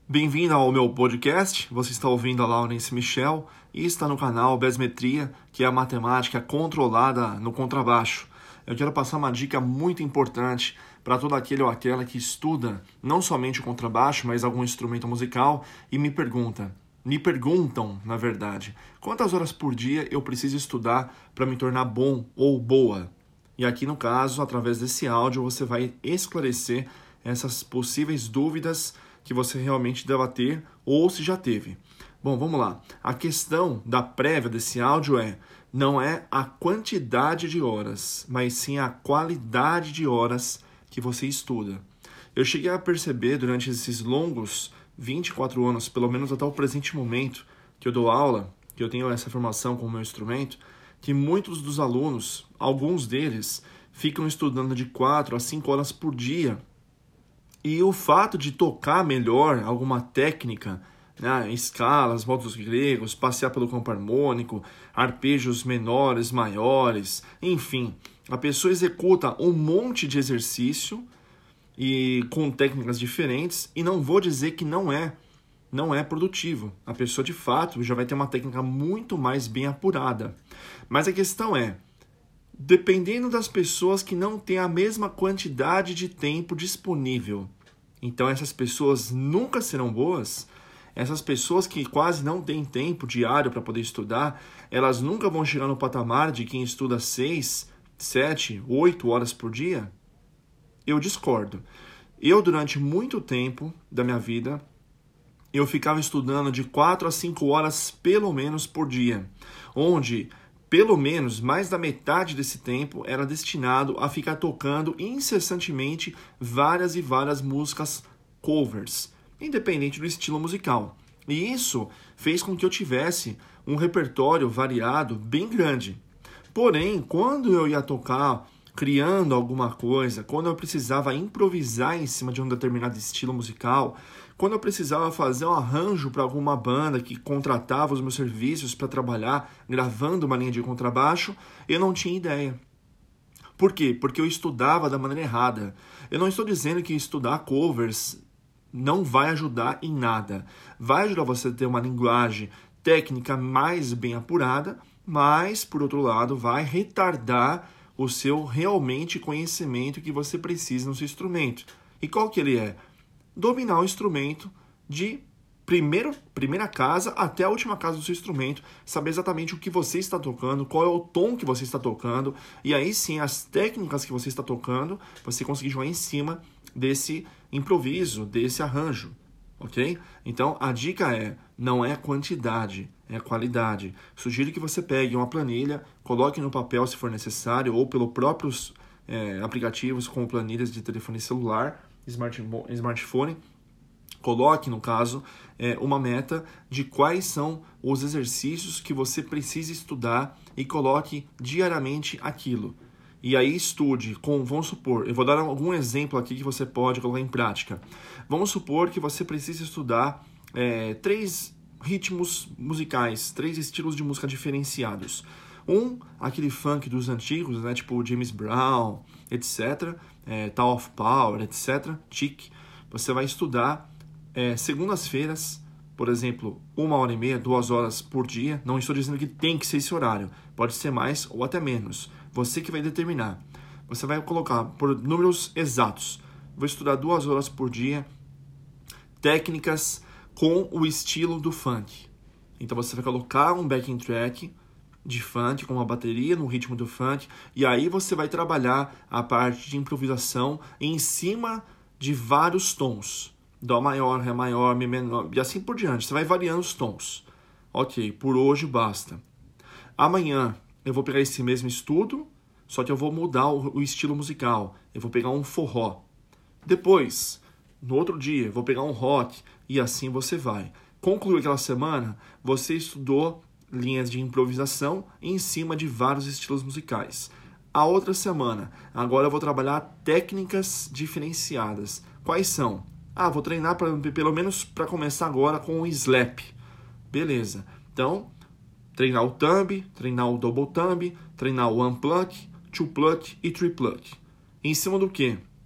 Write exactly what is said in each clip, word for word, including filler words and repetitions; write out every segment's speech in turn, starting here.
Bem-vindo ao meu podcast. Você está ouvindo a Laurence Michel e está no canal Besmetria, que é a matemática controlada no contrabaixo. Eu quero passar uma dica muito importante para todo aquele ou aquela que estuda não somente o contrabaixo, mas algum instrumento musical e me pergunta, me perguntam, na verdade, quantas horas por dia eu preciso estudar para me tornar bom ou boa? E aqui, no caso, através desse áudio, você vai esclarecer essas possíveis dúvidas que você realmente deva ter ou se já teve. Bom, vamos lá. A questão da prévia desse áudio é, não é a quantidade de horas, mas sim a qualidade de horas que você estuda. Eu cheguei a perceber durante esses longos vinte e quatro anos, pelo menos até o presente momento, que eu dou aula, que eu tenho essa formação com o meu instrumento, que muitos dos alunos, alguns deles, ficam estudando de quatro a cinco horas por dia. E o fato de tocar melhor alguma técnica, né, escalas, modos gregos, passear pelo campo harmônico, arpejos menores, maiores, enfim, a pessoa executa um monte de exercício e com técnicas diferentes e não vou dizer que não é, não é produtivo. A pessoa de fato já vai ter uma técnica muito mais bem apurada. Mas a questão é, dependendo das pessoas que não têm a mesma quantidade de tempo disponível, então essas pessoas nunca serão boas. Essas pessoas que quase não têm tempo diário para poder estudar, elas nunca vão chegar no patamar de quem estuda seis, sete, oito horas por dia? Eu discordo. Eu, durante muito tempo da minha vida, eu ficava estudando de quatro a cinco horas pelo menos por dia, onde pelo menos mais da metade desse tempo era destinado a ficar tocando incessantemente várias e várias músicas covers, independente do estilo musical. E isso fez com que eu tivesse um repertório variado bem grande. Porém, quando eu ia tocar criando alguma coisa, quando eu precisava improvisar em cima de um determinado estilo musical, quando eu precisava fazer um arranjo para alguma banda que contratava os meus serviços para trabalhar gravando uma linha de contrabaixo, eu não tinha ideia. Por quê? Porque eu estudava da maneira errada. Eu não estou dizendo que estudar covers não vai ajudar em nada. Vai ajudar você a ter uma linguagem técnica mais bem apurada, mas, por outro lado, vai retardar o seu realmente conhecimento que você precisa no seu instrumento. E qual que ele é? Dominar o instrumento de primeiro, primeira casa até a última casa do seu instrumento, saber exatamente o que você está tocando, qual é o tom que você está tocando, e aí sim as técnicas que você está tocando, você conseguir jogar em cima desse improviso, desse arranjo, ok? Então a dica é, não é quantidade, é qualidade. Sugiro que você pegue uma planilha, coloque no papel se for necessário, ou pelos próprios é, aplicativos como planilhas de telefone celular, smartphone, coloque, no caso, é, uma meta de quais são os exercícios que você precisa estudar e coloque diariamente aquilo. E aí estude com, vamos supor, eu vou dar algum exemplo aqui que você pode colocar em prática. Vamos supor que você precisa estudar é, três ritmos musicais, três estilos de música diferenciados. Um, aquele funk dos antigos, né, tipo James Brown, etcétera, é, Tower of Power, etcétera, Chic. Você vai estudar é, segundas-feiras, por exemplo, uma hora e meia, duas horas por dia. Não estou dizendo que tem que ser esse horário. Pode ser mais ou até menos. Você que vai determinar. Você vai colocar por números exatos. Vou estudar duas horas por dia técnicas com o estilo do funk. Então você vai colocar um backing track de funk, com uma bateria no ritmo do funk, e aí você vai trabalhar a parte de improvisação em cima de vários tons. Dó maior, Ré maior, Mi menor, e assim por diante. Você vai variando os tons. Ok, por hoje basta. Amanhã eu vou pegar esse mesmo estudo, só que eu vou mudar o, o estilo musical. Eu vou pegar um forró. Depois, no outro dia, eu vou pegar um rock, e assim você vai. Concluiu aquela semana, você estudou linhas de improvisação em cima de vários estilos musicais. A outra semana, agora eu vou trabalhar técnicas diferenciadas. Quais são? Ah, vou treinar pra, pelo menos para começar agora com o slap. Beleza. Então, treinar o thumb, treinar o double thumb, treinar o one pluck, two pluck e three pluck. Em cima do quê?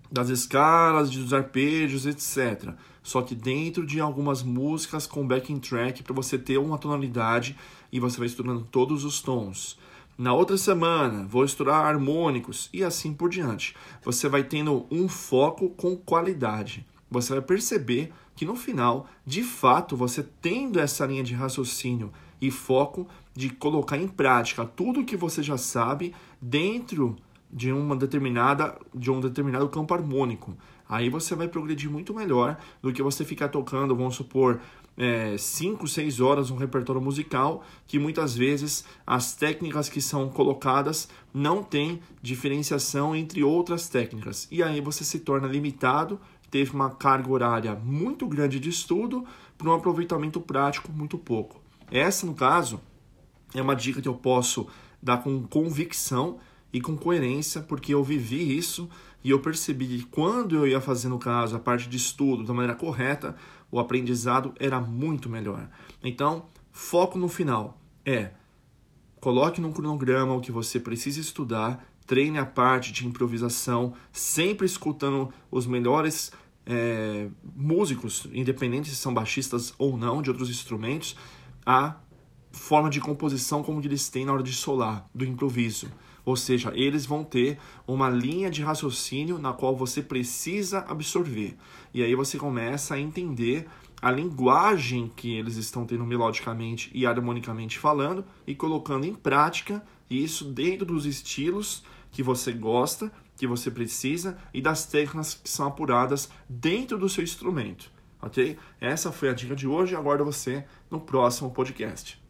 das escalas, dos arpejos, etcétera. Só que dentro de algumas músicas com backing track para você ter uma tonalidade e você vai estudando todos os tons. Na outra semana, vou estudar harmônicos e assim por diante. Você vai tendo um foco com qualidade. Você vai perceber que no final, de fato, você tendo essa linha de raciocínio e foco de colocar em prática tudo que você já sabe dentro de uma determinada de um determinado campo harmônico. Aí você vai progredir muito melhor do que você ficar tocando, vamos supor, cinco, seis horas um repertório musical, que muitas vezes as técnicas que são colocadas não têm diferenciação entre outras técnicas. E aí você se torna limitado, teve uma carga horária muito grande de estudo para um aproveitamento prático muito pouco. Essa, no caso, é uma dica que eu posso dar com convicção e com coerência, porque eu vivi isso e eu percebi que quando eu ia fazer, no caso, a parte de estudo da maneira correta, o aprendizado era muito melhor. Então, foco no final é, coloque num cronograma o que você precisa estudar, treine a parte de improvisação, sempre escutando os melhores é, músicos, independente se são baixistas ou não, de outros instrumentos, a forma de composição como eles têm na hora de solar, do improviso. Ou seja, eles vão ter uma linha de raciocínio na qual você precisa absorver. E aí você começa a entender a linguagem que eles estão tendo melodicamente e harmonicamente falando e colocando em prática isso dentro dos estilos que você gosta, que você precisa e das técnicas que são apuradas dentro do seu instrumento. Ok? Essa foi a dica de hoje e aguardo você no próximo podcast.